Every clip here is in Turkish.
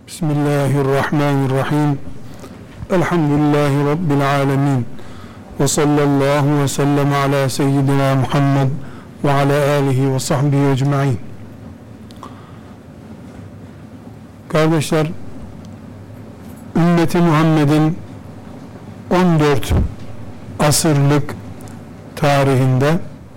Bismillahirrahmanirrahim. Elhamdülillahi Rabbil alemin. Ve sallallahu ve sellem ala seyyidina Muhammed ve ala alihi ve sahbihi ecma'in. Kardeşler, ümmeti Muhammed'in 14 asırlık tarihinde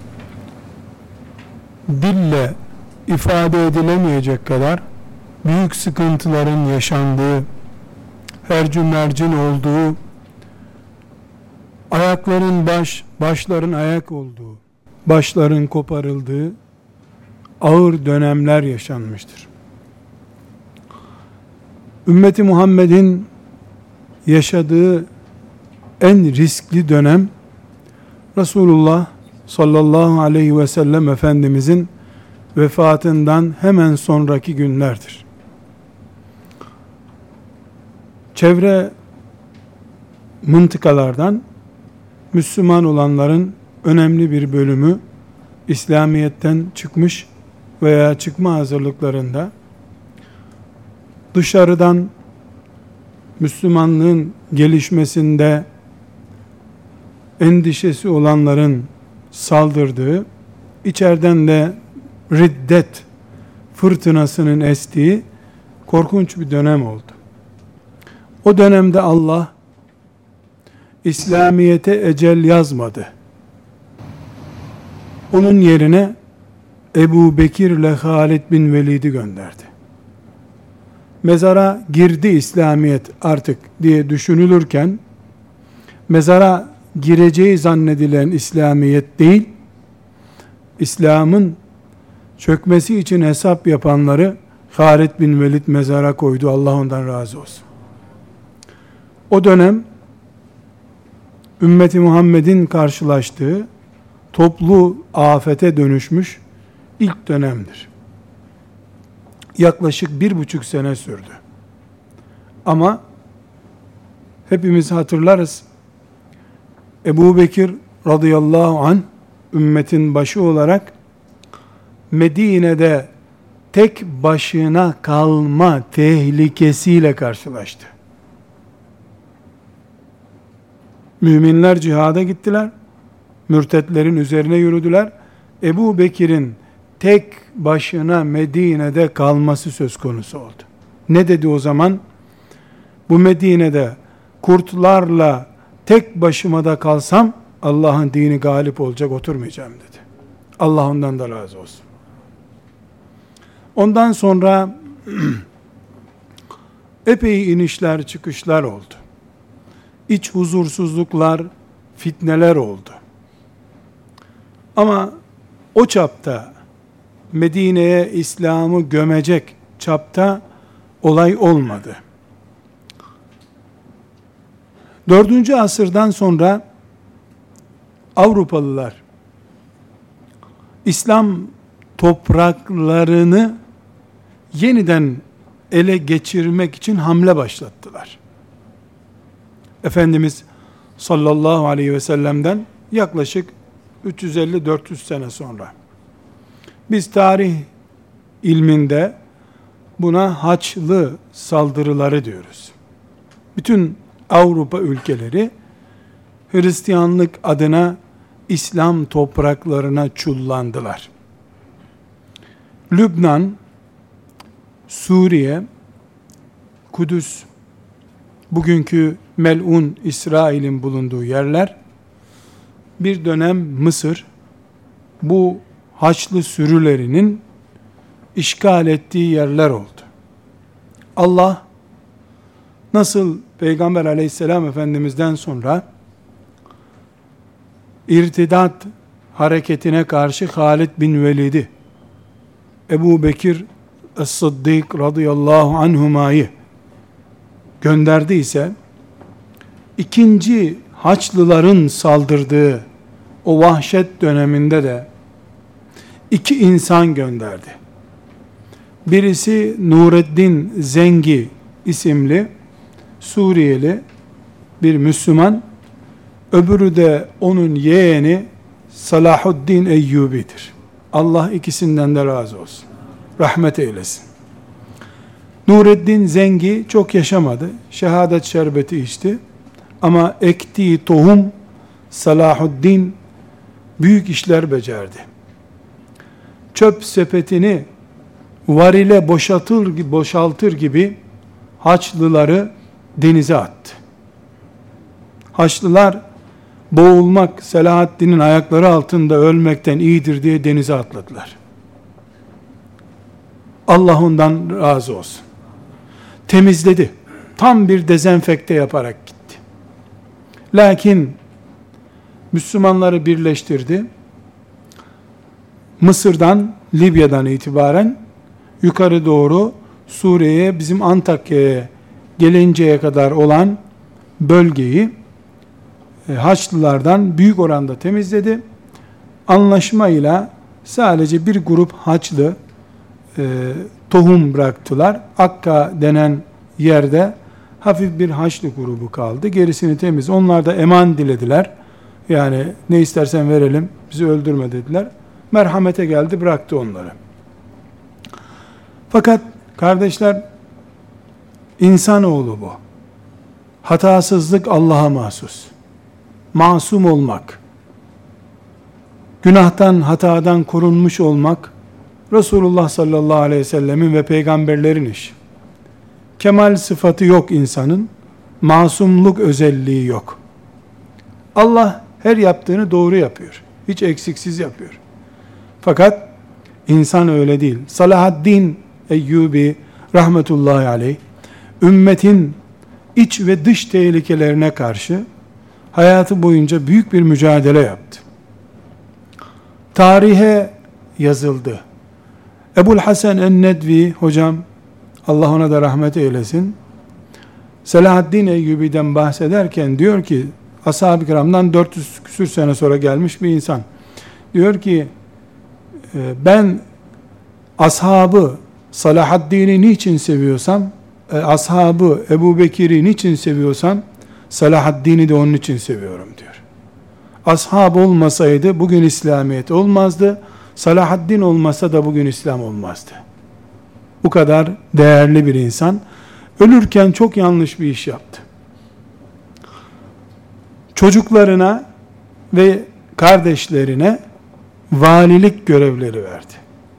dille ifade edilemeyecek kadar büyük sıkıntıların yaşandığı, hercü mercin olduğu, ayakların başların ayak olduğu, başların koparıldığı ağır dönemler yaşanmıştır. Ümmeti Muhammed'in yaşadığı en riskli dönem Resulullah sallallahu aleyhi ve sellem Efendimizin vefatından hemen sonraki günlerdir. Çevre mıntıkalardan Müslüman olanların önemli bir bölümü İslamiyet'ten çıkmış veya çıkma hazırlıklarında, dışarıdan Müslümanlığın gelişmesinde endişesi olanların saldırdığı, içeriden de riddet fırtınasının estiği korkunç bir dönem oldu. O dönemde Allah İslamiyet'e ecel yazmadı. Onun yerine Ebu Bekir ile Halid bin Velid'i gönderdi. Mezara girdi İslamiyet artık diye düşünülürken, mezara gireceği zannedilen İslamiyet değil, İslam'ın çökmesi için hesap yapanları Halid bin Velid mezara koydu. Allah ondan razı olsun. O dönem ümmeti Muhammed'in karşılaştığı toplu afete dönüşmüş ilk dönemdir. Yaklaşık 1,5 sene sürdü. Ama hepimiz hatırlarız, Ebu Bekir radıyallahu anh ümmetin başı olarak Medine'de tek başına kalma tehlikesiyle karşılaştı. Müminler cihada gittiler, mürtetlerin üzerine yürüdüler. Ebu Bekir'in tek başına Medine'de kalması söz konusu oldu. Ne dedi o zaman? Bu Medine'de kurtlarla tek başıma da kalsam Allah'ın dini galip olacak, oturmayacağım dedi. Allah ondan da razı olsun. Ondan sonra epey inişler çıkışlar oldu. İç huzursuzluklar, fitneler oldu. Ama o çapta, Medine'ye İslam'ı gömecek çapta olay olmadı. 4. asırdan sonra Avrupalılar İslam topraklarını yeniden ele geçirmek için hamle başlattılar. Efendimiz sallallahu aleyhi ve sellem'den yaklaşık 350-400 sene sonra. Biz tarih ilminde buna Haçlı saldırıları diyoruz. Bütün Avrupa ülkeleri Hristiyanlık adına İslam topraklarına çullandılar. Lübnan, Suriye, Kudüs, bugünkü mel'un İsrail'in bulunduğu yerler, bir dönem Mısır, bu Haçlı sürülerinin işgal ettiği yerler oldu. Allah nasıl Peygamber aleyhisselam Efendimiz'den sonra irtidat hareketine karşı Halid bin Velid'i, Ebu Bekir Es-Sıddık radıyallahu anhumayı gönderdiyse, ikinci Haçlıların saldırdığı o vahşet döneminde de iki insan gönderdi. Birisi Nureddin Zengi isimli Suriyeli bir Müslüman, öbürü de onun yeğeni Salahuddin Eyyubi'dir. Allah ikisinden de razı olsun. Rahmet eylesin. Nureddin Zengi çok yaşamadı. Şehadet şerbeti içti. Ama ektiği tohum Salahuddin büyük işler becerdi. Çöp sepetini varile boşaltır gibi Haçlıları denize attı. Haçlılar boğulmak Selahaddin'in ayakları altında ölmekten iyidir diye denize atladılar. Allah ondan razı olsun. Temizledi. Tam bir dezenfekte yaparak gitti. Lakin Müslümanları birleştirdi. Mısır'dan, Libya'dan itibaren yukarı doğru Suriye'ye, bizim Antakya'ya gelinceye kadar olan bölgeyi Haçlılardan büyük oranda temizledi. Anlaşmayla sadece bir grup Haçlı tohum bıraktılar. Akka denen yerde hafif bir Haçlı grubu kaldı. Gerisini temiz. Onlar da eman dilediler. Yani ne istersen verelim, bizi öldürme dediler. Merhamete geldi, bıraktı onları. Fakat kardeşler, insanoğlu bu. Hatasızlık Allah'a mahsus. Masum olmak, günahtan, hatadan korunmuş olmak, Resulullah sallallahu aleyhi ve sellemin ve peygamberlerin işi. Kemal sıfatı yok insanın, masumluk özelliği yok. Allah her yaptığını doğru yapıyor. Hiç eksiksiz yapıyor. Fakat insan öyle değil. Salahaddin Eyyubi rahmetullahi aleyh, ümmetin iç ve dış tehlikelerine karşı hayatı boyunca büyük bir mücadele yaptı. Tarihe yazıldı. Ebu'l Hasan en-Nedvi hocam, Allah ona da rahmet eylesin, Selahaddin Eyyubi'den bahsederken diyor ki, ashab-ı kiramdan 400 küsür sene sonra gelmiş bir insan. Diyor ki, ben ashabı Salahaddin'i niçin seviyorsam, ashabı Ebu Bekir'i niçin seviyorsam, Salahaddin'i de onun için seviyorum diyor. Ashab olmasaydı bugün İslamiyet olmazdı. Salahaddin olmasa da bugün İslam olmazdı. Bu kadar değerli bir insan. Ölürken çok yanlış bir iş yaptı. Çocuklarına ve kardeşlerine valilik görevleri verdi.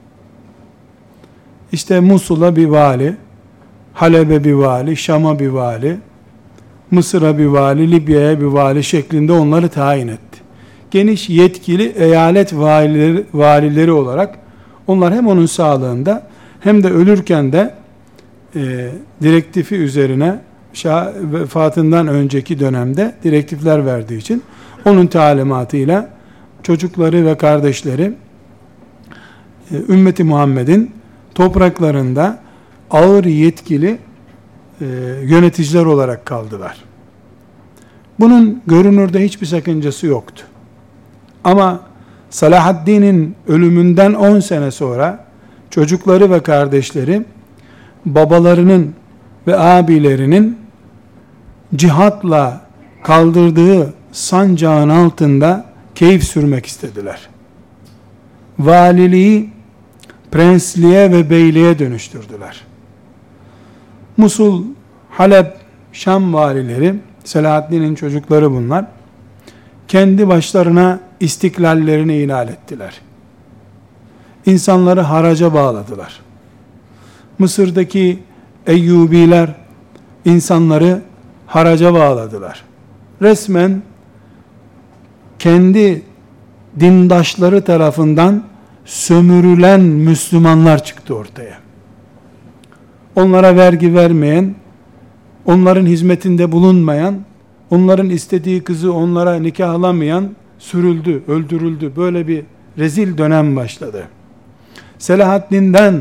İşte Musul'a bir vali, Halep'e bir vali, Şam'a bir vali, Mısır'a bir vali, Libya'ya bir vali şeklinde onları tayin etti. Geniş yetkili eyalet valileri olarak onlar hem onun sağlığında hem de ölürken de direktifi üzerine vefatından önceki dönemde direktifler verdiği için onun talimatıyla çocukları ve kardeşleri ümmeti Muhammed'in topraklarında ağır yetkili yöneticiler olarak kaldılar. Bunun görünürde hiçbir sakıncası yoktu. Ama Salahaddin'in ölümünden 10 sene sonra çocukları ve kardeşleri babalarının ve abilerinin cihatla kaldırdığı sancağın altında keyif sürmek istediler. Valiliği prensliğe ve beyliğe dönüştürdüler. Musul, Halep, Şam valileri, Selahaddin'in çocukları bunlar, kendi başlarına istiklallerini ilan ettiler. İnsanları haraca bağladılar. Mısır'daki Eyyubiler insanları haraca bağladılar. Resmen kendi dindaşları tarafından sömürülen Müslümanlar çıktı ortaya. Onlara vergi vermeyen, onların hizmetinde bulunmayan, onların istediği kızı onlara nikahlamayan sürüldü, öldürüldü. Böyle bir rezil dönem başladı. Selahaddin'den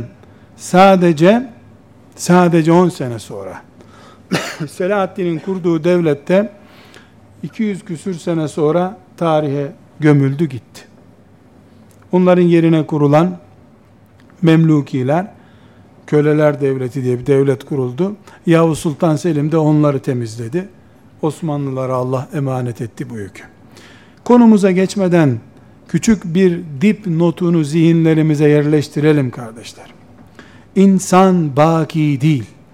sadece 10 sene sonra Selahaddin'in kurduğu devlette 200 küsür sene sonra tarihe gömüldü gitti. Onların yerine kurulan Memlukiler, köleler devleti diye bir devlet kuruldu. Yavuz Sultan Selim de onları temizledi. Osmanlılara Allah emanet etti bu yükü. Konumuza geçmeden küçük bir dip notunu zihinlerimize yerleştirelim kardeşler. İnsan baki değil.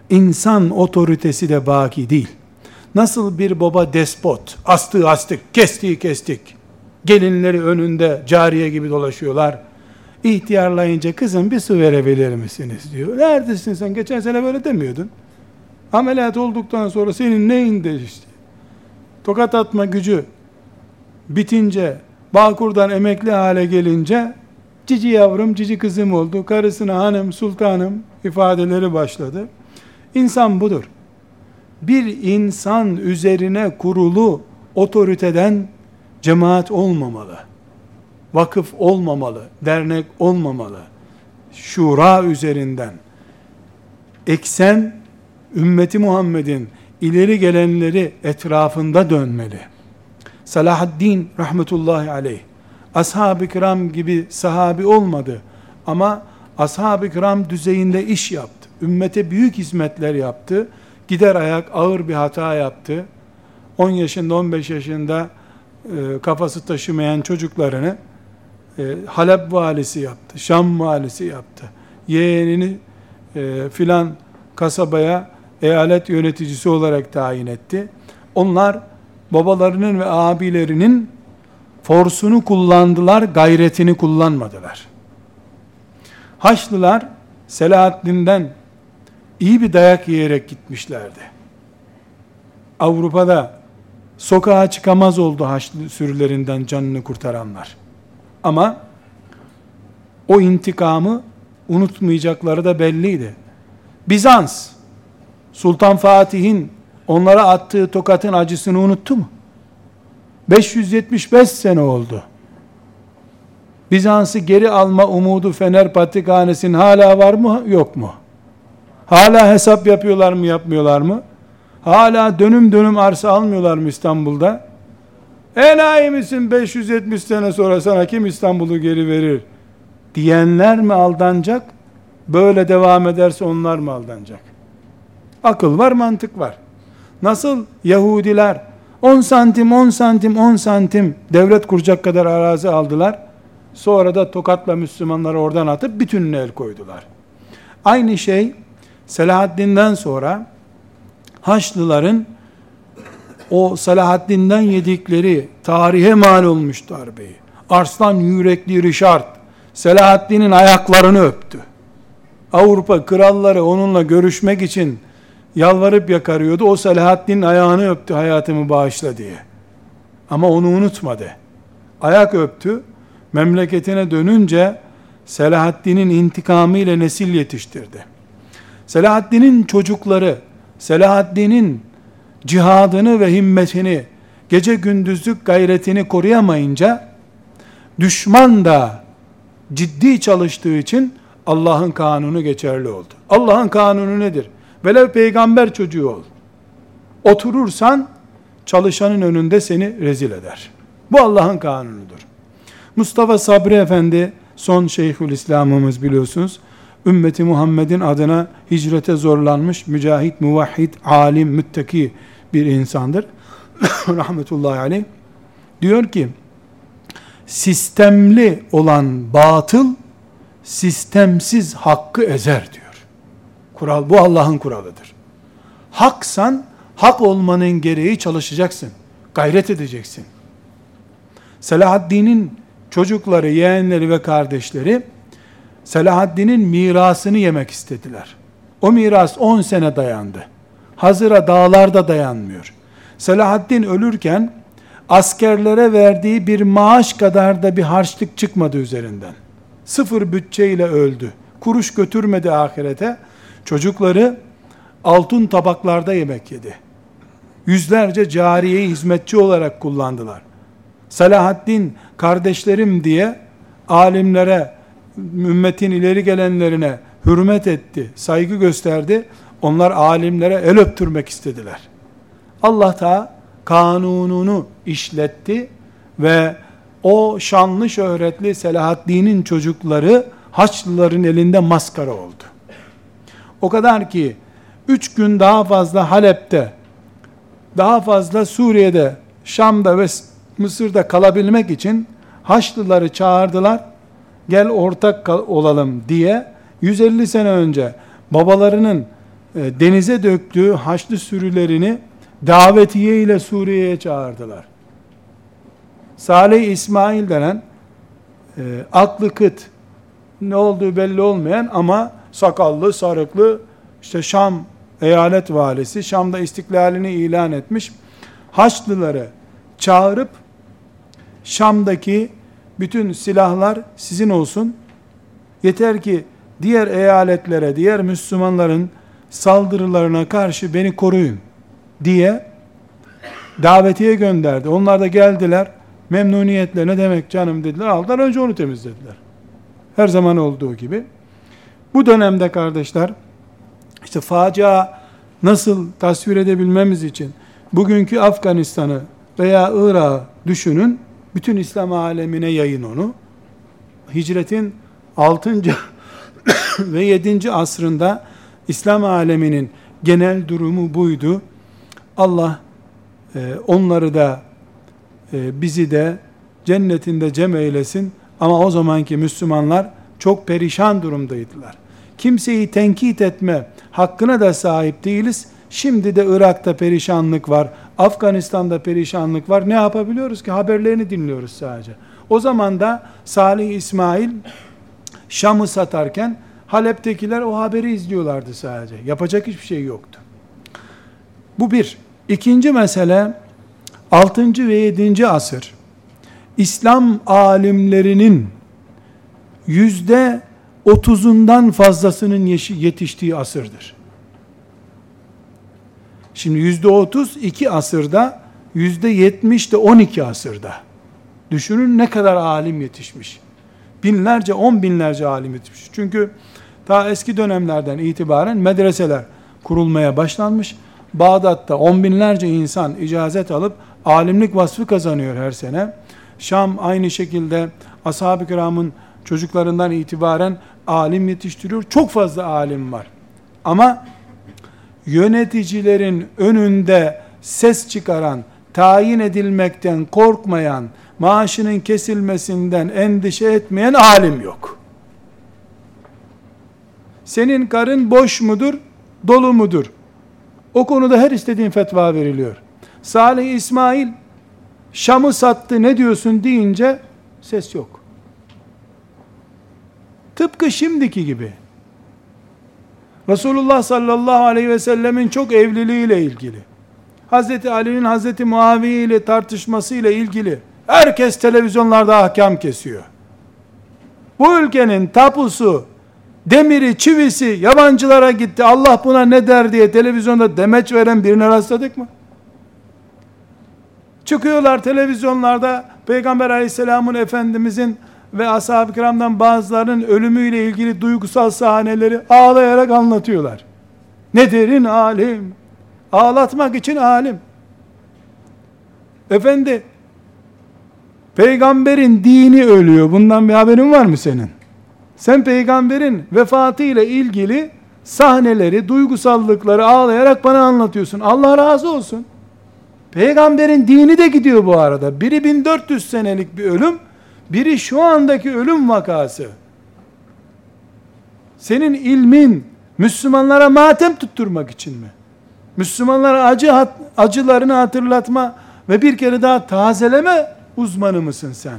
İnsan otoritesi de baki değil. Nasıl bir baba despot, astığı astık, kestiği kestik, gelinleri önünde cariye gibi dolaşıyorlar. İhtiyarlayınca kızım bir su verebilir misiniz diyor. Neredesin sen? Geçen sene böyle demiyordun. Ameliyat olduktan sonra senin neyin değişti? Tokat atma gücü bitince, Bağkur'dan emekli hale gelince, cici yavrum, cici kızım oldu. Karısına hanım, sultanım ifadeleri başladı. İnsan budur. Bir insan üzerine kurulu otoriteden cemaat olmamalı. Vakıf olmamalı, dernek olmamalı. Şura üzerinden eksen ümmeti Muhammed'in ileri gelenleri etrafında dönmeli. Salahaddin rahmetullahi aleyh ashab-ı kiram gibi sahabi olmadı ama ashab-ı kiram düzeyinde iş yaptı. Ümmete büyük hizmetler yaptı. Gider ayak ağır bir hata yaptı. 10 yaşında 15 yaşında kafası taşımayan çocuklarını Halep valisi yaptı. Şam valisi yaptı. Yeğenini filan kasabaya eyalet yöneticisi olarak tayin etti. Onlar babalarının ve abilerinin forsunu kullandılar, gayretini kullanmadılar. Haçlılar Selahaddin'den iyi bir dayak yiyerek gitmişlerdi. Avrupa'da sokağa çıkamaz oldu Haçlı sürülerinden canını kurtaranlar. Ama o intikamı unutmayacakları da belliydi. Bizans, Sultan Fatih'in onlara attığı tokatın acısını unuttu mu? 575 sene oldu. Bizans'ı geri alma umudu Fener Patrikhanesi'nin hala var mı, yok mu? Hala hesap yapıyorlar mı, yapmıyorlar mı? Hala dönüm dönüm arsa almıyorlar mı İstanbul'da? Enayi misin, 570 sene sonra sana kim İstanbul'u geri verir diyenler mi aldanacak? Böyle devam ederse onlar mı aldanacak? Akıl var, mantık var. Nasıl Yahudiler 10 santim, 10 santim, 10 santim devlet kuracak kadar arazi aldılar. Sonra da tokatla Müslümanları oradan atıp bütününe el koydular. Aynı şey Selahaddin'den sonra Haçlıların o Selahaddin'den yedikleri tarihe mal olmuş darbeyi. Arslan yürekli Richard Selahaddin'in ayaklarını öptü. Avrupa kralları onunla görüşmek için yalvarıp yakarıyordu. O Selahaddin'in ayağını öptü, hayatımı bağışla diye. Ama onu unutmadı. Ayak öptü. Memleketine dönünce Selahaddin'in intikamı ile nesil yetiştirdi. Selahaddin'in çocukları, Selahaddin'in cihadını ve himmetini, gece gündüzlük gayretini koruyamayınca, düşman da ciddi çalıştığı için Allah'ın kanunu geçerli oldu. Allah'ın kanunu nedir? Velev peygamber çocuğu ol. Oturursan çalışanın önünde seni rezil eder. Bu Allah'ın kanunudur. Mustafa Sabri Efendi son Şeyhülislam'ımız biliyorsunuz. Ümmeti Muhammed'in adına hicrete zorlanmış mücahit, muvahhid, alim, müttaki bir insandır. Rahmetullahi aleyh. Diyor ki sistemli olan batıl sistemsiz hakkı ezer diyor. Kural bu, Allah'ın kuralıdır. Haksan hak olmanın gereği çalışacaksın. Gayret edeceksin. Selahaddin'in çocukları, yeğenleri ve kardeşleri Selahaddin'in mirasını yemek istediler. O miras 10 sene dayandı. Hazıra dağlarda dayanmıyor. Selahaddin ölürken askerlere verdiği bir maaş kadar da bir harçlık çıkmadı üzerinden. Sıfır bütçeyle öldü. Kuruş götürmedi ahirete. Çocukları altın tabaklarda yemek yedi. Yüzlerce cariyeyi hizmetçi olarak kullandılar. Selahaddin kardeşlerim diye alimlere, ümmetin ileri gelenlerine hürmet etti, saygı gösterdi. Onlar alimlere el öptürmek istediler. Allah da kanununu işletti ve o şanlı şöhretli Selahaddin'in çocukları Haçlıların elinde maskara oldu. O kadar ki 3 gün daha fazla Halep'te, daha fazla Suriye'de, Şam'da ve Mısır'da kalabilmek için Haçlıları çağırdılar. Gel ortak olalım diye 150 sene önce babalarının denize döktüğü Haçlı sürülerini davetiye ile Suriye'ye çağırdılar. Salih İsmail denen aklı kıt, ne olduğu belli olmayan ama sakallı, sarıklı, işte Şam eyalet valisi, Şam'da istiklalini ilan etmiş Haçlıları çağırıp Şam'daki bütün silahlar sizin olsun, yeter ki diğer eyaletlere, diğer Müslümanların saldırılarına karşı beni koruyun diye davetiye gönderdi. Onlar da geldiler, memnuniyetle ne demek canım dediler, aldılar, önce onu temizlediler. Her zaman olduğu gibi. Bu dönemde kardeşler, işte facia nasıl tasvir edebilmemiz için bugünkü Afganistan'ı veya Irak'ı düşünün, bütün İslam alemine yayın onu. Hicretin 6. ve 7. asrında İslam aleminin genel durumu buydu. Allah onları da bizi de cennetinde cem eylesin. Ama o zamanki Müslümanlar çok perişan durumdaydılar. Kimseyi tenkit etme hakkına da sahip değiliz. Şimdi de Irak'ta perişanlık var, Afganistan'da perişanlık var. Ne yapabiliyoruz ki? Haberlerini dinliyoruz sadece. O zaman da Salih İsmail Şam'ı satarken Halep'tekiler o haberi izliyorlardı sadece. Yapacak hiçbir şey yoktu. Bu bir. İkinci mesele, 6. ve 7. asır İslam alimlerinin %30'undan fazlasının yetiştiği asırdır. Şimdi %30 2 asırda, %70 de 12 asırda. Düşünün ne kadar alim yetişmiş. Binlerce, 10 binlerce alim yetişmiş. Çünkü ta eski dönemlerden itibaren medreseler kurulmaya başlanmış. Bağdat'ta 10 binlerce insan icazet alıp alimlik vasfı kazanıyor her sene. Şam aynı şekilde ashab-ı kiramın çocuklarından itibaren alim yetiştiriyor. Çok fazla alim var. Ama yöneticilerin önünde ses çıkaran, tayin edilmekten korkmayan, maaşının kesilmesinden endişe etmeyen alim yok. Senin karın boş mudur, dolu mudur? O konuda her istediğin fetva veriliyor. Salih İsmail Şam'ı sattı, ne diyorsun deyince ses yok. Tıpkı şimdiki gibi. Resulullah sallallahu aleyhi ve sellemin çok evliliğiyle ilgili, Hazreti Ali'nin Hazreti Muaviye ile tartışmasıyla ilgili herkes televizyonlarda ahkam kesiyor. Bu ülkenin tapusu, demiri, çivisi yabancılara gitti, Allah buna ne der diye televizyonda demeç veren birine rastladık mı? Çıkıyorlar televizyonlarda Peygamber aleyhisselamın, Efendimizin ve ashab-ı kiramdan bazılarının ölümüyle ilgili duygusal sahneleri ağlayarak anlatıyorlar. Ne derin alim. Ağlatmak için alim. Efendi, peygamberin dini ölüyor. Bundan bir haberin var mı senin? Sen peygamberin vefatıyla ilgili sahneleri, duygusallıkları ağlayarak bana anlatıyorsun. Allah razı olsun. Peygamberin dini de gidiyor bu arada. Biri 1400 senelik bir ölüm, biri şu andaki ölüm vakası. Senin ilmin Müslümanlara matem tutturmak için mi? Müslümanlara acılarını hatırlatma ve bir kere daha tazeleme uzmanı mısın sen?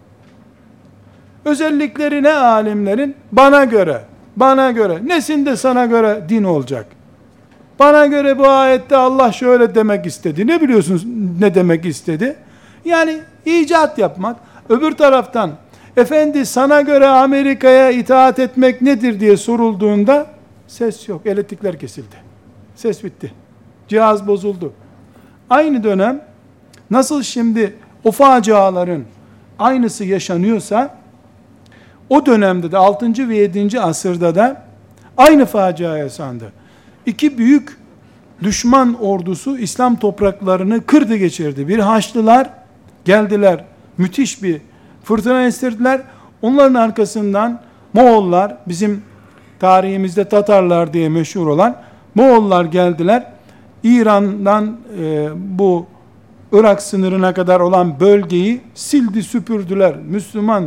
Özellikleri ne alimlerin? Bana göre, nesinde sana göre din olacak? Bana göre bu ayette Allah şöyle demek istedi. Ne biliyorsunuz ne demek istedi? Yani icat yapmak. Öbür taraftan, efendi sana göre Amerika'ya itaat etmek nedir diye sorulduğunda ses yok. Elektrikler kesildi. Ses bitti. Cihaz bozuldu. Aynı dönem nasıl şimdi o faciaların aynısı yaşanıyorsa, o dönemde de 6. ve 7. asırda da aynı facia yaşandı. İki büyük düşman ordusu İslam topraklarını kırdı geçirdi. Bir Haçlılar geldiler, müthiş bir fırtına estirdiler. Onların arkasından Moğollar, bizim tarihimizde Tatarlar diye meşhur olan Moğollar geldiler. İran'dan bu Irak sınırına kadar olan bölgeyi sildi süpürdüler. Müslüman,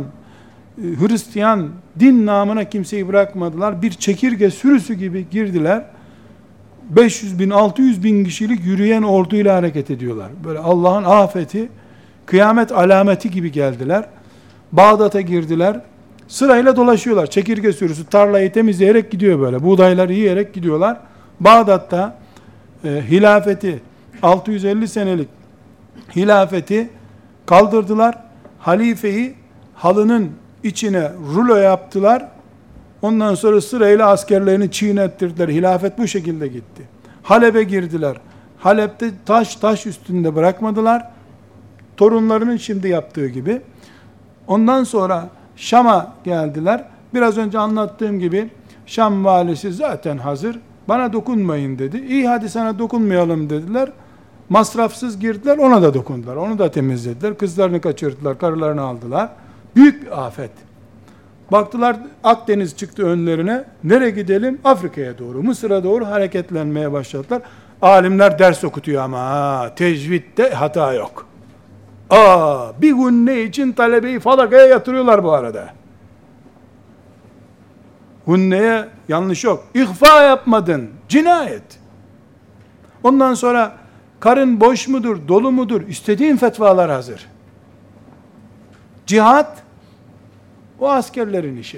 Hristiyan din namına kimseyi bırakmadılar. Bir çekirge sürüsü gibi girdiler. 500 bin, 600 bin kişilik yürüyen orduyla hareket ediyorlar. Böyle Allah'ın afeti, kıyamet alameti gibi geldiler. Bağdat'a girdiler. Sırayla dolaşıyorlar. Çekirge sürüsü tarlayı temizleyerek gidiyor böyle. Buğdayları yiyerek gidiyorlar. Bağdat'ta hilafeti, 650 senelik hilafeti kaldırdılar. Halifeyi halının içine rulo yaptılar. Ondan sonra sırayla askerlerini çiğnettirdiler. Hilafet bu şekilde gitti. Halep'e girdiler. Halep'te taş üstünde bırakmadılar. Torunlarının şimdi yaptığı gibi. Ondan sonra Şam'a geldiler. Biraz önce anlattığım gibi Şam valisi zaten hazır. Bana dokunmayın dedi. İyi hadi sana dokunmayalım dediler. Masrafsız girdiler, ona da dokundular. Onu da temizlediler. Kızlarını kaçırdılar, karılarını aldılar. Büyük bir afet. Baktılar Akdeniz çıktı önlerine. Nereye gidelim? Afrika'ya doğru, Mısır'a doğru hareketlenmeye başladılar. Alimler ders okutuyor ama tecvitte hata yok. Bir gün ne için talebeyi falakaya yatırıyorlar bu arada. Hunneye yanlış yok. İhfa yapmadın. Cinayet. Ondan sonra karın boş mudur, dolu mudur? İstediğin fetvalar hazır. Cihat o askerlerin işi.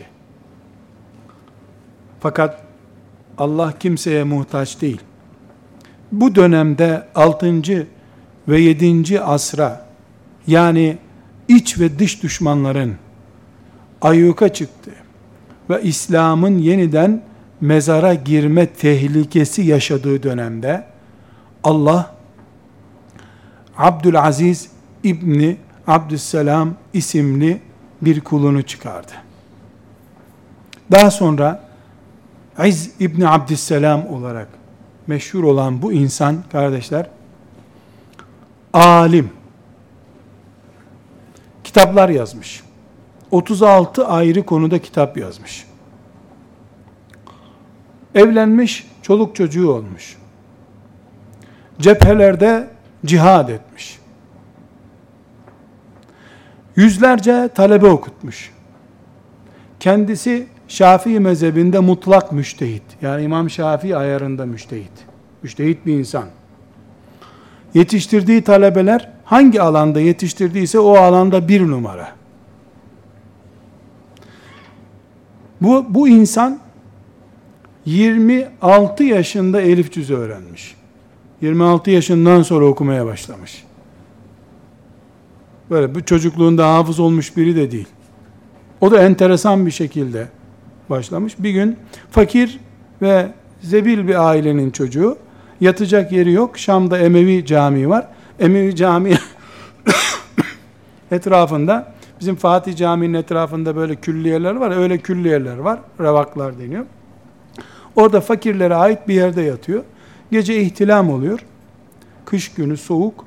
Fakat Allah kimseye muhtaç değil. Bu dönemde 6. ve 7. asra, yani iç ve dış düşmanların ayyuka çıktı ve İslam'ın yeniden mezara girme tehlikesi yaşadığı dönemde Allah Abdülaziz İbni Abdüsselam isimli bir kulunu çıkardı. Daha sonra İz İbni Abdüsselam olarak meşhur olan bu insan kardeşler, alim, kitaplar yazmış. 36 ayrı konuda kitap yazmış. Evlenmiş, çoluk çocuğu olmuş. Cephelerde cihad etmiş. Yüzlerce talebe okutmuş. Kendisi Şafii mezhebinde mutlak müştehit. Yani İmam Şafii ayarında müştehit. Müştehit bir insan. Yetiştirdiği talebeler hangi alanda yetiştirdiyse o alanda bir numara. Bu insan 26 yaşında elif cüzü öğrenmiş. 26 yaşından sonra okumaya başlamış. Böyle bu çocukluğunda hafız olmuş biri de değil. O da enteresan bir şekilde başlamış. Bir gün fakir ve zebil bir ailenin çocuğu, yatacak yeri yok. Şam'da Emevi Camii var. Emevi Camii etrafında, bizim Fatih Camii'nin etrafında böyle külliyeler var. Öyle külliyeler var. Revaklar deniyor. Orada fakirlere ait bir yerde yatıyor. Gece ihtilam oluyor. Kış günü soğuk.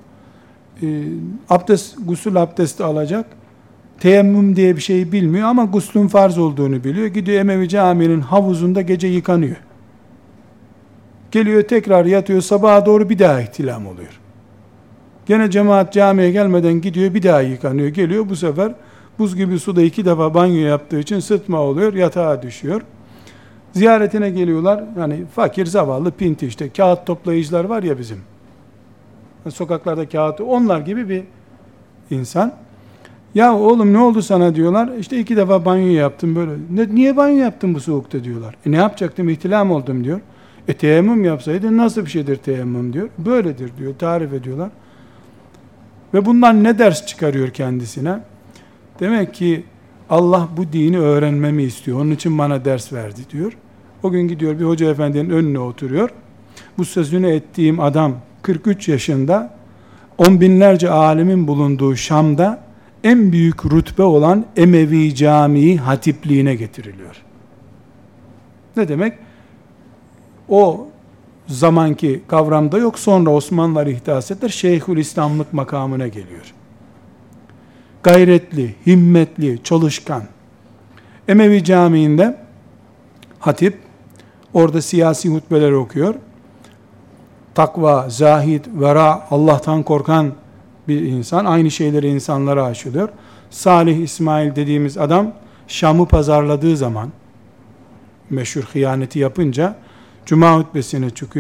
Gusül abdesti alacak. Teyemmüm diye bir şey bilmiyor ama guslün farz olduğunu biliyor. Gidiyor Emevi Camii'nin havuzunda gece yıkanıyor. Geliyor tekrar yatıyor, sabaha doğru bir daha ihtilam oluyor. Gene cemaat camiye gelmeden gidiyor, bir daha yıkanıyor. Geliyor, bu sefer buz gibi suda 2 defa banyo yaptığı için sıtma oluyor, yatağa düşüyor. Ziyaretine geliyorlar. Yani fakir, zavallı, pinti işte. Kağıt toplayıcılar var ya bizim. Sokaklarda kağıt, onlar gibi bir insan. Ya oğlum ne oldu sana diyorlar. İşte 2 defa banyo yaptım böyle. Niye banyo yaptın bu soğukta diyorlar. Ne yapacaktım? İhtilam oldum diyor. Teyemmüm yapsaydın nasıl bir şeydir teyemmüm diyor. Böyledir diyor. Tarif ediyorlar. Ve bundan ne ders çıkarıyor kendisine? Demek ki Allah bu dini öğrenmemi istiyor. Onun için bana ders verdi diyor. O gün gidiyor bir hoca efendinin önüne oturuyor. Bu sözünü ettiğim adam 43 yaşında, 10 binlerce alimin bulunduğu Şam'da en büyük rütbe olan Emevi Camii hatipliğine getiriliyor. Ne demek? O zamanki kavramda yok. Sonra Osmanlılar ihdas ettiler. Şeyhülislamlık makamına geliyor. Gayretli, himmetli, çalışkan. Emevi Camii'nde hatip, orada siyasi hutbeler okuyor. Takva, zahid, vera, Allah'tan korkan bir insan. Aynı şeyleri insanlara aşılıyor. Salih İsmail dediğimiz adam, Şam'ı pazarladığı zaman, meşhur hıyaneti yapınca, Cuma hutbesine çıkıyor.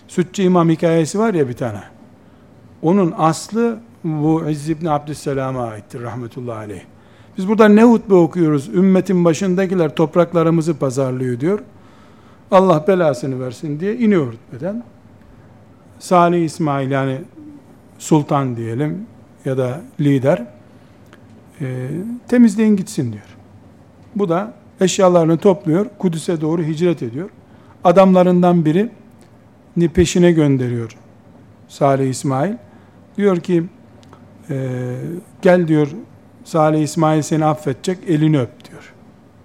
Sütçü İmam hikayesi var ya bir tane. Onun aslı bu İzz ibn Abdüsselam'a aittir rahmetullahi aleyh. Biz burada ne hutbe okuyoruz? Ümmetin başındakiler topraklarımızı pazarlıyor diyor. Allah belasını versin diye iniyor hutbeden. Salih İsmail, yani sultan diyelim ya da lider, temizleyin gitsin diyor. Bu da eşyalarını topluyor, Kudüs'e doğru hicret ediyor. Adamlarından biri peşine gönderiyor Salih İsmail. Diyor ki gel diyor, Salih İsmail seni affedecek, elini öp diyor.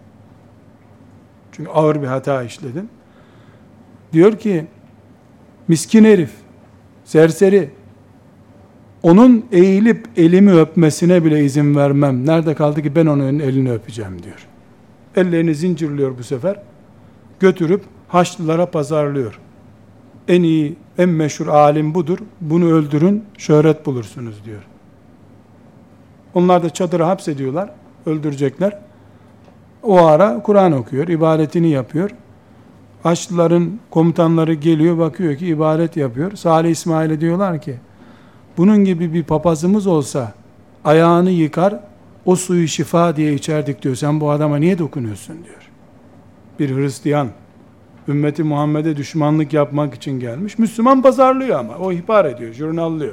Çünkü ağır bir hata işledin. Diyor ki miskin herif, serseri, onun eğilip elimi öpmesine bile izin vermem. Nerede kaldı ki ben onun elini öpeceğim diyor. Ellerini zincirliyor bu sefer. Götürüp Haçlılara pazarlıyor. En iyi, en meşhur alim budur. Bunu öldürün, şöhret bulursunuz diyor. Onlar da çadıra hapsediyorlar, öldürecekler. O ara Kur'an okuyor, ibadetini yapıyor. Haçlıların komutanları geliyor, bakıyor ki ibadet yapıyor. Salih İsmail'e diyorlar ki, bunun gibi bir papazımız olsa ayağını yıkar, o suyu şifa diye içerdik diyor. Sen bu adama niye dokunuyorsun diyor. Bir Hristiyan, ümmeti Muhammed'e düşmanlık yapmak için gelmiş. Müslüman pazarlıyor ama. O ihbar ediyor, jurnallıyor.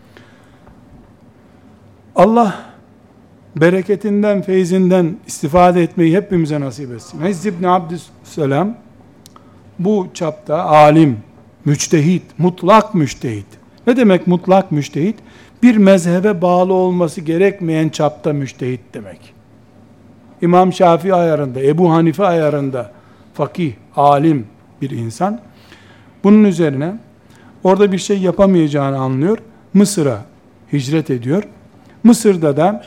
Allah bereketinden, feyzinden istifade etmeyi hepimize nasip etsin. İzz ibn Abdüsselam bu çapta alim, müçtehit, mutlak müçtehit. Ne demek mutlak müçtehit? Bir mezhebe bağlı olması gerekmeyen çapta müçtehit demek. İmam Şafii ayarında, Ebu Hanife ayarında fakih, alim bir insan. Bunun üzerine orada bir şey yapamayacağını anlıyor. Mısır'a hicret ediyor. Mısır'da da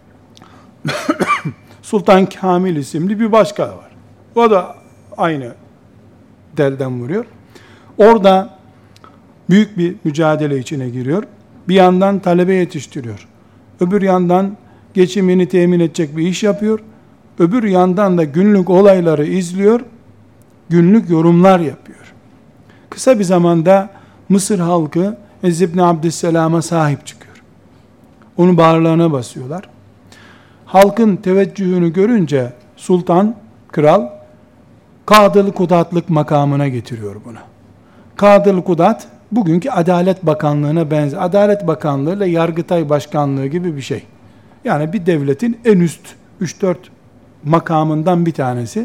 Sultan Kamil isimli bir başkan var. O da aynı delden vuruyor. Orada büyük bir mücadele içine giriyor. Bir yandan talebe yetiştiriyor. Öbür yandan geçimini temin edecek bir iş yapıyor. Öbür yandan da günlük olayları izliyor. Günlük yorumlar yapıyor. Kısa bir zamanda Mısır halkı İzz ibn Abdüsselam'a sahip çıkıyor. Onun bağırlarına basıyorlar. Halkın teveccühünü görünce sultan, kral, Kadılı Kudatlık makamına getiriyor bunu. Kadılı Kudat, bugünkü Adalet Bakanlığı'na benzer. Adalet Bakanlığı ile Yargıtay Başkanlığı gibi bir şey. Yani bir devletin en üst 3-4 makamından bir tanesi.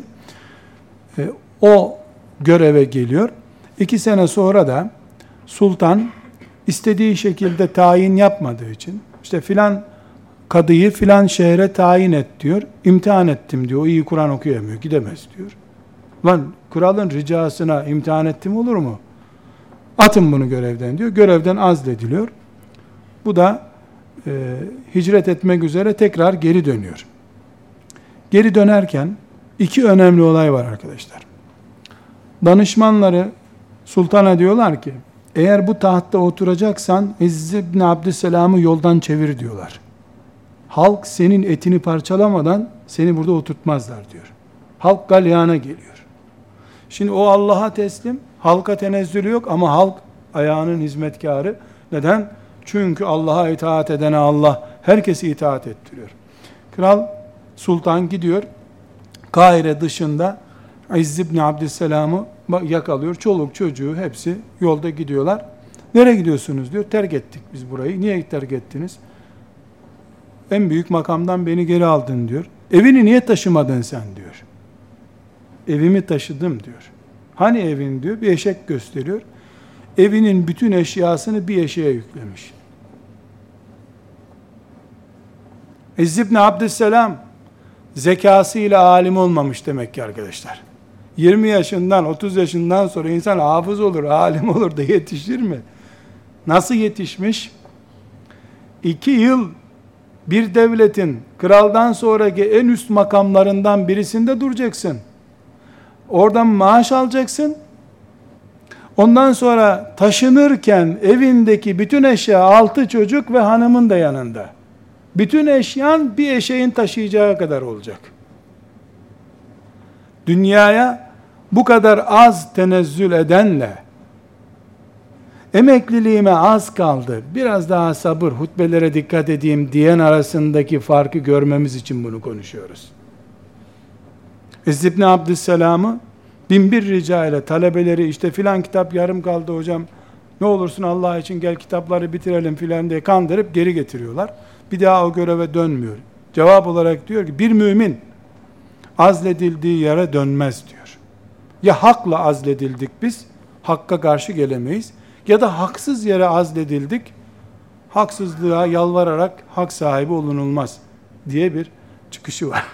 O göreve geliyor. 2 sene sonra da sultan istediği şekilde tayin yapmadığı için, işte filan kadıyı filan şehre tayin et diyor. İmtihan ettim diyor. O iyi Kur'an okuyamıyor. Gidemez diyor. Lan kralın ricasına imtihan ettim olur mu? Atın bunu görevden diyor. Görevden azlediliyor. Bu da hicret etmek üzere tekrar geri dönüyor. Geri dönerken 2 önemli olay var arkadaşlar. Danışmanları sultana diyorlar ki, eğer bu tahtta oturacaksan İzz ibn Abdüsselam'ı yoldan çevir diyorlar. Halk senin etini parçalamadan seni burada oturtmazlar diyor. Halk galyana geliyor. Şimdi o Allah'a teslim, halka tenezzülü yok ama halk ayağının hizmetkarı. Neden? Çünkü Allah'a itaat edene Allah herkesi itaat ettiriyor. Kral, sultan gidiyor. Kahire dışında İzz ibn Abdüsselam'ı yakalıyor. Çoluk çocuğu hepsi yolda gidiyorlar. Nereye gidiyorsunuz diyor. Terk ettik biz burayı. Niye terk ettiniz? En büyük makamdan beni geri aldın diyor. Evini niye taşımadın sen diyor. Evimi taşıdım diyor. Hani evin diyor. Bir eşek gösteriyor. Evinin bütün eşyasını bir eşeğe yüklemiş. İzz ibn Abdüsselam zekasıyla alim olmamış demek ki arkadaşlar. 20 yaşından 30 yaşından sonra insan hafız olur, alim olur da yetişir mi? Nasıl yetişmiş? 2 yıl bir devletin kraldan sonraki en üst makamlarından birisinde duracaksın. Oradan maaş alacaksın. Ondan sonra taşınırken evindeki bütün eşya, 6 çocuk ve hanımın da yanında. Bütün eşyan bir eşeğin taşıyacağı kadar olacak. Dünyaya bu kadar az tenezzül edenle emekliliğime az kaldı, biraz daha sabır, hutbelere dikkat edeyim diyen arasındaki farkı görmemiz için bunu konuşuyoruz. İzz ibn Abdüsselam'ı binbir rica ile talebeleri, işte filan kitap yarım kaldı hocam, ne olursun Allah için gel kitapları bitirelim filan diye kandırıp geri getiriyorlar. Bir daha o göreve dönmüyor. Cevap olarak diyor ki, bir mümin azledildiği yere dönmez diyor. Ya hakla azledildik biz, hakka karşı gelemeyiz, ya da haksız yere azledildik, haksızlığa yalvararak hak sahibi olunulmaz diye bir çıkışı var.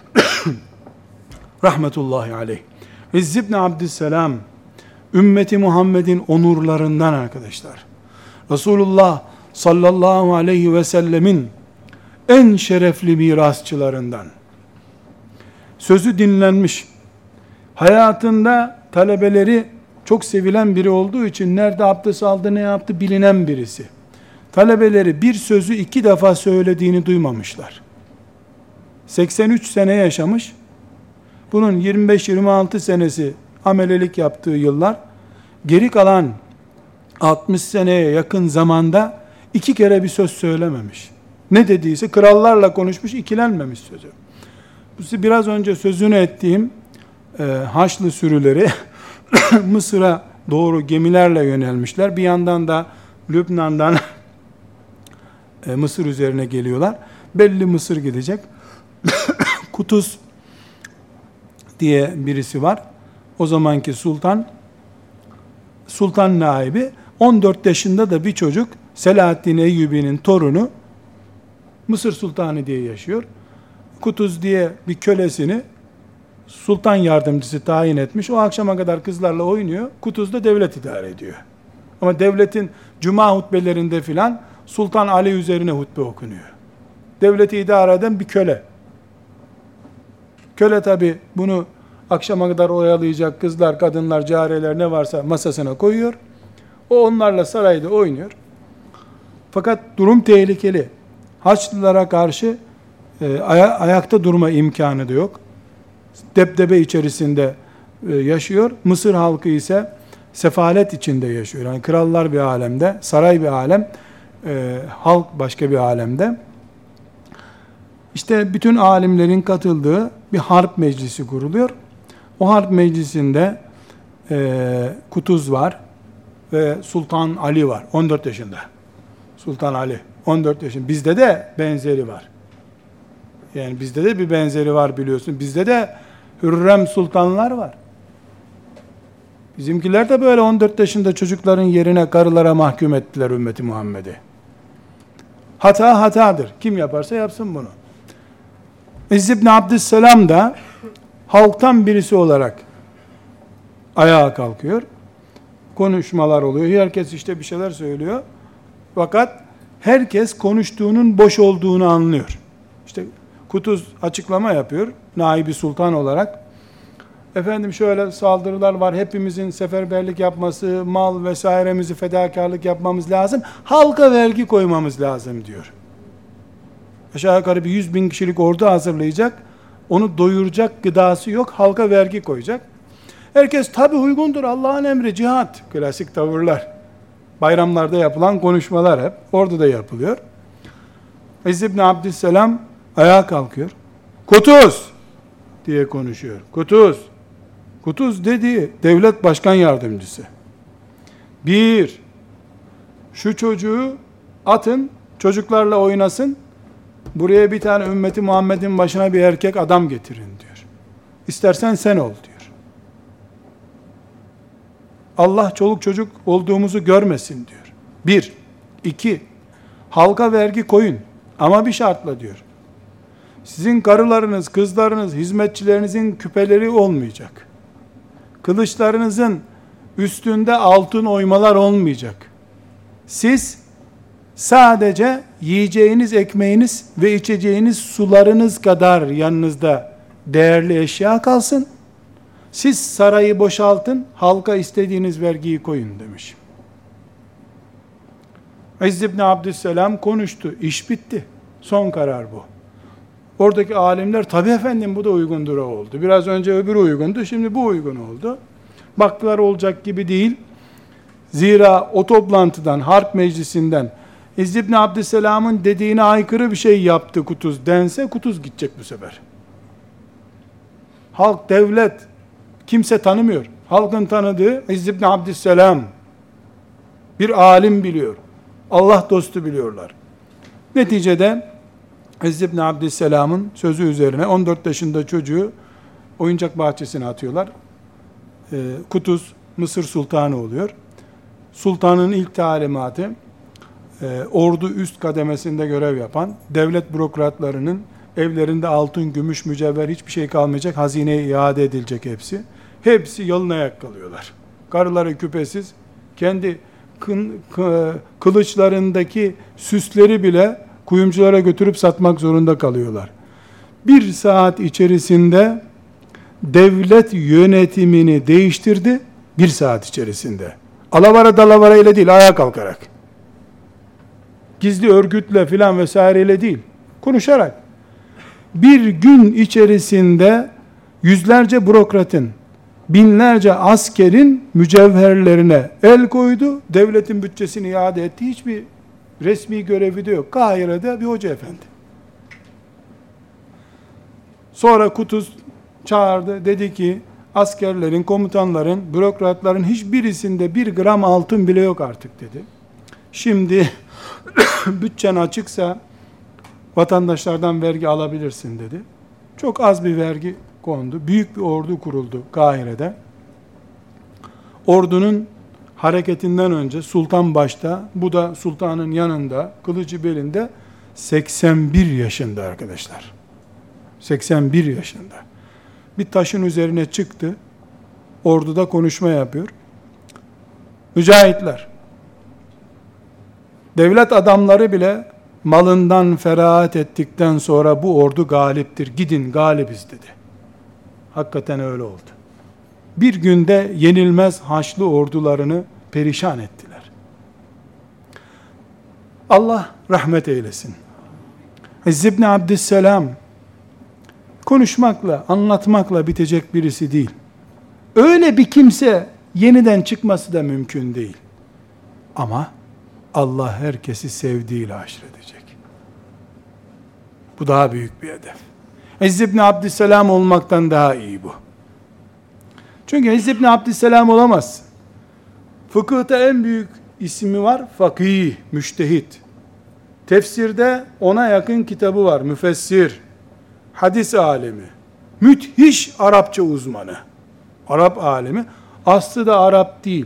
Rahmetullahi aleyh. İzz ibn Abdüsselam ümmeti Muhammed'in onurlarından arkadaşlar. Resulullah sallallahu aleyhi ve sellemin en şerefli mirasçılarından. Sözü dinlenmiş, hayatında talebeleri çok sevilen biri olduğu için nerede abdest aldı, ne yaptı bilinen birisi. Talebeleri bir sözü 2 defa söylediğini duymamışlar. 83 sene yaşamış. Bunun 25-26 senesi amelelik yaptığı yıllar. Geri kalan 60 seneye yakın zamanda 2 kere bir söz söylememiş. Ne dediyse krallarla konuşmuş, ikilenmemiş sözü. Biraz önce sözünü ettiğim Haçlı sürüleri Mısır'a doğru gemilerle yönelmişler. Bir yandan da Lübnan'dan Mısır üzerine geliyorlar. Belli Mısır gidecek. Kutuz diye birisi var. O zamanki sultan naibi, 14 yaşında da bir çocuk, Selahaddin Eyyubi'nin torunu, Mısır sultanı diye yaşıyor. Kutuz diye bir kölesini sultan yardımcısı tayin etmiş. O akşama kadar kızlarla oynuyor. Kutuz da devlet idare ediyor. Ama devletin cuma hutbelerinde filan Sultan Ali üzerine hutbe okunuyor. Devleti idare eden bir köle. Köle tabi bunu akşama kadar oyalayacak kızlar, kadınlar, cariyeler ne varsa masasına koyuyor. O onlarla sarayda oynuyor. Fakat durum tehlikeli. Haçlılara karşı ayakta durma imkanı da yok. Debdebe içerisinde yaşıyor. Mısır halkı ise sefalet içinde yaşıyor. Yani krallar bir alemde, saray bir alem, halk başka bir alemde. İşte bütün alimlerin katıldığı bir harp meclisi kuruluyor. O harp meclisinde Kutuz var ve Sultan Ali var. 14 yaşında. Sultan Ali 14 yaşında. Bizde de benzeri var. Yani bizde de bir benzeri var biliyorsun. Bizde de Hürrem sultanlar var. Bizimkiler de böyle 14 yaşında çocukların yerine karılara mahkum ettiler ümmeti Muhammed'i. Hata hatadır. Kim yaparsa yapsın bunu. İzz ibn Abdüsselam da halktan birisi olarak ayağa kalkıyor. Konuşmalar oluyor. Herkes işte bir şeyler söylüyor. Fakat herkes konuştuğunun boş olduğunu anlıyor. İşte Kutuz açıklama yapıyor. Naibi sultan olarak. Efendim şöyle saldırılar var. Hepimizin seferberlik yapması, mal vesairemizi fedakarlık yapmamız lazım. Halka vergi koymamız lazım diyor. Aşağı yukarı bir 100.000 kişilik ordu hazırlayacak. Onu doyuracak gıdası yok. Halka vergi koyacak. Herkes tabi uygundur. Allah'ın emri cihat. Klasik tavırlar. Bayramlarda yapılan konuşmalar hep. Orada da yapılıyor. İzz ibn Abdüsselam ayağa kalkıyor. Kutuz diye konuşuyor. Kutuz. Kutuz dediği devlet başkan yardımcısı. Bir, şu çocuğu atın, çocuklarla oynasın, buraya bir tane ümmeti Muhammed'in başına bir erkek adam getirin diyor. İstersen sen ol diyor. Allah çoluk çocuk olduğumuzu görmesin diyor. Bir. İki, halka vergi koyun ama bir şartla diyor. Sizin karılarınız, kızlarınız, hizmetçilerinizin küpeleri olmayacak. Kılıçlarınızın üstünde altın oymalar olmayacak. Siz sadece yiyeceğiniz ekmeğiniz ve içeceğiniz sularınız kadar yanınızda değerli eşya kalsın. Siz sarayı boşaltın, halka istediğiniz vergiyi koyun demiş. İzz ibn Abdüsselam konuştu, iş bitti. Son karar bu. Oradaki alimler, tabii efendim bu da uygundur oldu. Biraz önce öbürü uygundu, şimdi bu uygun oldu. Baktılar olacak gibi değil. Zira o toplantıdan, harp meclisinden İzz ibn Abdüsselam'ın dediğine aykırı bir şey yaptı Kutuz dense, Kutuz gidecek bu sefer. Halk, devlet, kimse tanımıyor. Halkın tanıdığı İzz ibn Abdüsselam. Bir alim biliyor. Allah dostu biliyorlar. Neticede İzz ibn Abdüsselam'ın sözü üzerine 14 yaşında çocuğu oyuncak bahçesine atıyorlar. Kutuz Mısır sultanı oluyor. Sultanın ilk talimatı, ordu üst kademesinde görev yapan devlet bürokratlarının evlerinde altın, gümüş, mücevher hiçbir şey kalmayacak, hazineye iade edilecek hepsi. Hepsi yalın ayak kalıyorlar. Karıları küpesiz, kendi kılıçlarındaki süsleri bile kuyumculara götürüp satmak zorunda kalıyorlar. Bir saat içerisinde devlet yönetimini değiştirdi. Bir saat içerisinde. Alavara dalavara ile değil, ayağa kalkarak. Gizli örgütle filan vesaireyle değil. Konuşarak. Bir gün içerisinde yüzlerce bürokratın, binlerce askerin mücevherlerine el koydu. Devletin bütçesini iade etti. Hiçbir resmi görevi de yok. Kahire'de bir hoca efendi. Sonra Kutuz çağırdı. Dedi ki askerlerin, komutanların, bürokratların hiçbirisinde 1 gram altın bile yok artık dedi. Şimdi bütçen açıksa vatandaşlardan vergi alabilirsin dedi. Çok az bir vergi kondu. Büyük bir ordu kuruldu Kahire'de. Ordunun hareketinden önce sultan başta, bu da sultanın yanında, kılıcı belinde, 81 yaşında arkadaşlar. 81 yaşında. Bir taşın üzerine çıktı. Orduda konuşma yapıyor. Mücahitler, devlet adamları bile malından ferahat ettikten sonra bu ordu galiptir. Gidin, galibiz dedi. Hakikaten öyle oldu. Bir günde yenilmez Haçlı ordularını perişan ettiler. Allah rahmet eylesin. İzz ibn Abdüsselam konuşmakla, anlatmakla bitecek birisi değil. Öyle bir kimse yeniden çıkması da mümkün değil. Ama Allah herkesi sevdiğiyle haşredecek. Bu daha büyük bir hedef. İzz ibn Abdüsselam olmaktan daha iyi bu. Çünkü İzz ibn Abdüsselam olamaz. Fıkıhta en büyük ismi var, fakih, müştehit. Tefsirde ona yakın kitabı var, müfessir, hadis alemi, müthiş Arapça uzmanı, Arap alemi. Aslı da Arap değil.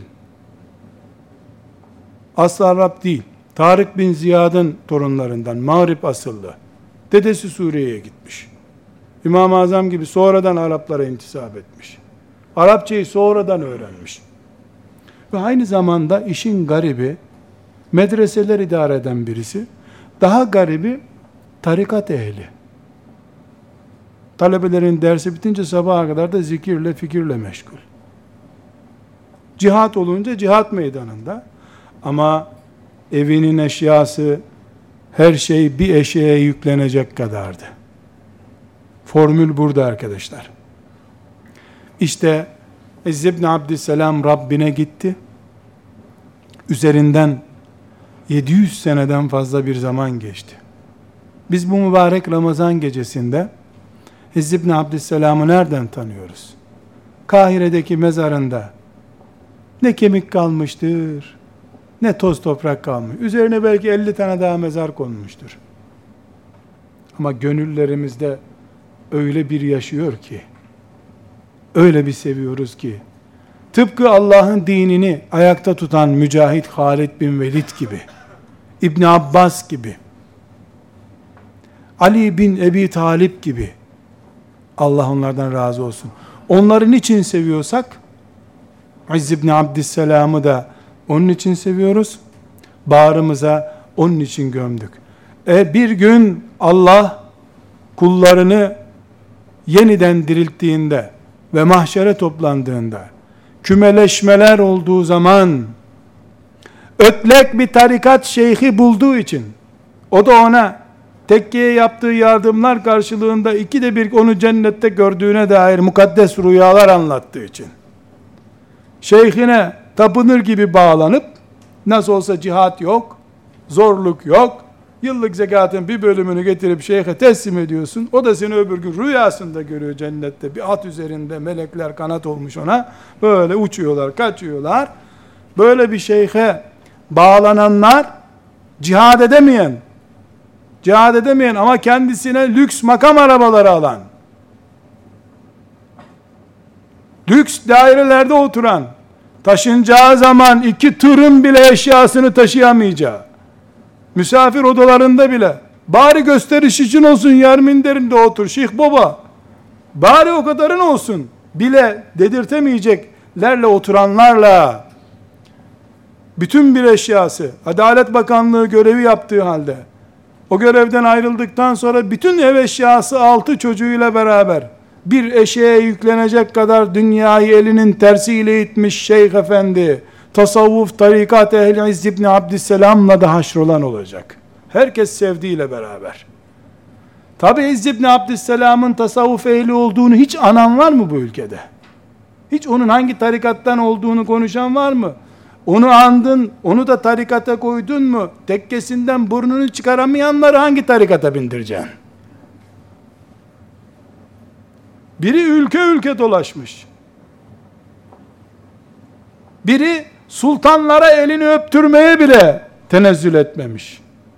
Aslı Arap değil. Tarık bin Ziyad'ın torunlarından, Mağrib asıllı. Dedesi Suriye'ye gitmiş. İmam-ı Azam gibi sonradan Araplara intisap etmiş. Arapçayı sonradan öğrenmiş. Ve aynı zamanda işin garibi, medreseler idare eden birisi, daha garibi tarikat ehli. Talebelerin dersi bitince sabaha kadar da zikirle, fikirle meşgul. Cihat olunca cihat meydanında, ama evinin eşyası, her şey bir eşeğe yüklenecek kadardı. Formül burada arkadaşlar. İşte İzz ibn Abdüsselam Rabbine gitti. Üzerinden 700 seneden fazla bir zaman geçti. Biz bu mübarek Ramazan gecesinde İzz ibn Abdüsselam'ı nereden tanıyoruz? Kahire'deki mezarında ne kemik kalmıştır, ne toz toprak kalmış. Üzerine belki 50 tane daha mezar konmuştur. Ama gönüllerimizde öyle bir yaşıyor ki, öyle bir seviyoruz ki, tıpkı Allah'ın dinini ayakta tutan Mücahit Halid bin Velid gibi, İbn Abbas gibi, Ali bin Ebi Talip gibi, Allah onlardan razı olsun. Onların için seviyorsak, İzz ibn Abdüsselam'ı da onun için seviyoruz. Bağrımıza onun için gömdük. Bir gün Allah kullarını yeniden dirilttiğinde ve mahşere toplandığında, kümeleşmeler olduğu zaman, ötlek bir tarikat şeyhi bulduğu için, o da ona tekkiye yaptığı yardımlar karşılığında 2'de 1 onu cennette gördüğüne dair mukaddes rüyalar anlattığı için, şeyhine tapınır gibi bağlanıp, nasıl olsa cihat yok, zorluk yok, yıllık zekatın bir bölümünü getirip şeyhe teslim ediyorsun. O da seni öbür gün rüyasında görüyor cennette. Bir at üzerinde melekler kanat olmuş ona. Böyle uçuyorlar, kaçıyorlar. Böyle bir şeyhe bağlananlar cihad edemeyen ama kendisine lüks makam arabaları alan, lüks dairelerde oturan, taşınacağı zaman 2 tırın bile eşyasını taşıyamayacağı, misafir odalarında bile, bari gösteriş için olsun yer minderinde otur Şeyh Baba, bari o kadarın olsun bile dedirtemeyeceklerle oturanlarla, bütün bir eşyası, Adalet Bakanlığı görevi yaptığı halde, o görevden ayrıldıktan sonra bütün ev eşyası 6 çocuğuyla beraber, bir eşeğe yüklenecek kadar dünyayı elinin tersiyle itmiş Şeyh Efendi, tasavvuf, tarikat ehli İzz ibn Abdüsselam'la da haşrolan olacak. Herkes sevdiğiyle beraber. Tabi İzz ibn Abdüsselam'ın tasavvuf ehli olduğunu hiç anan var mı bu ülkede? Hiç onun hangi tarikattan olduğunu konuşan var mı? Onu andın, onu da tarikata koydun mu? Tekkesinden burnunu çıkaramayanları hangi tarikata bindireceksin? Biri ülke ülke dolaşmış. Biri sultanlara elini öptürmeye bile tenezzül etmemiş.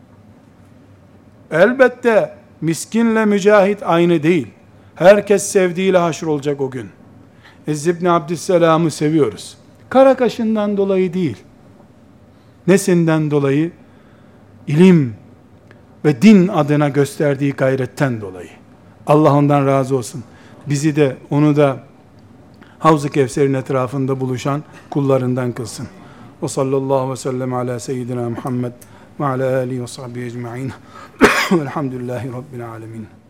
Elbette miskinle mücahit aynı değil. Herkes sevdiğiyle haşrolacak o gün. İzz ibn Abdüsselam'ı seviyoruz. Kara kaşından dolayı değil. Nesinden dolayı? İlim ve din adına gösterdiği gayretten dolayı. Allah ondan razı olsun. Bizi de onu da Havz-ı Kevser'in etrafında buluşan kullarından kılsın. Ve sallallahu ve sellem ala seyyidina Muhammed ve ala alihi ve sahbihi ecma'in. Velhamdülillahi Rabbil alemin.